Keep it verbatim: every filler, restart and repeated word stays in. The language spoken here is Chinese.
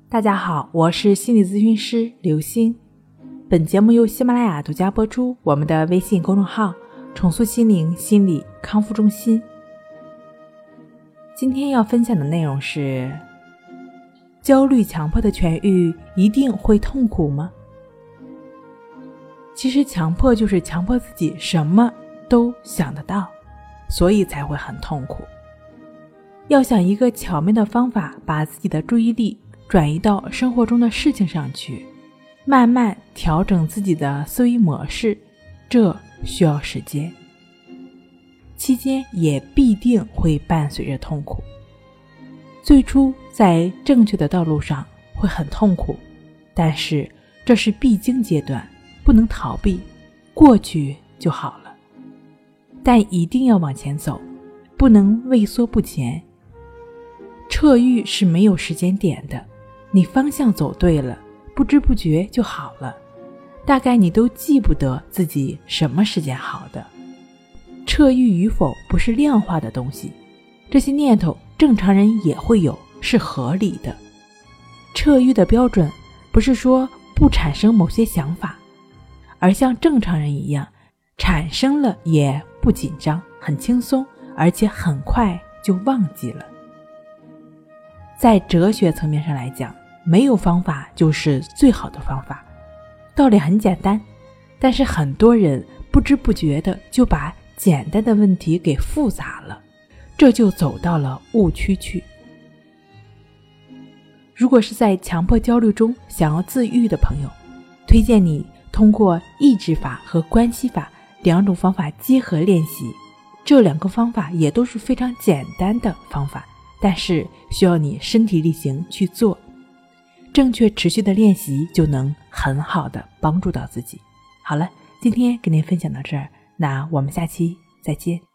大家好，我是心理咨询师刘星。本节目由喜马拉雅独家播出，我们的微信公众号重塑心灵心理康复中心。今天要分享的内容是：焦虑强迫的痊愈一定会痛苦吗？其实强迫就是强迫自己什么都想得到，所以才会很痛苦。要想一个巧妙的方法把自己的注意力转移到生活中的事情上去，慢慢调整自己的思维模式，这需要时间，期间也必定会伴随着痛苦。最初在正确的道路上会很痛苦，但是这是必经阶段，不能逃避，过去就好了。但一定要往前走，不能畏缩不前。彻愈是没有时间点的，你方向走对了，不知不觉就好了。大概你都记不得自己什么时间好的。彻愈与否不是量化的东西，这些念头正常人也会有，是合理的。彻愈的标准不是说不产生某些想法，而像正常人一样，产生了也不紧张，很轻松，而且很快就忘记了。在哲学层面上来讲，没有方法就是最好的方法，道理很简单，但是很多人不知不觉的就把简单的问题给复杂了，这就走到了误区去。如果是在强迫焦虑中想要自愈的朋友，推荐你通过抑制法和关系法两种方法结合练习，这两个方法也都是非常简单的方法，但是需要你身体力行去做，正确持续的练习就能很好的帮助到自己。好了，今天跟您分享到这儿，那我们下期再见。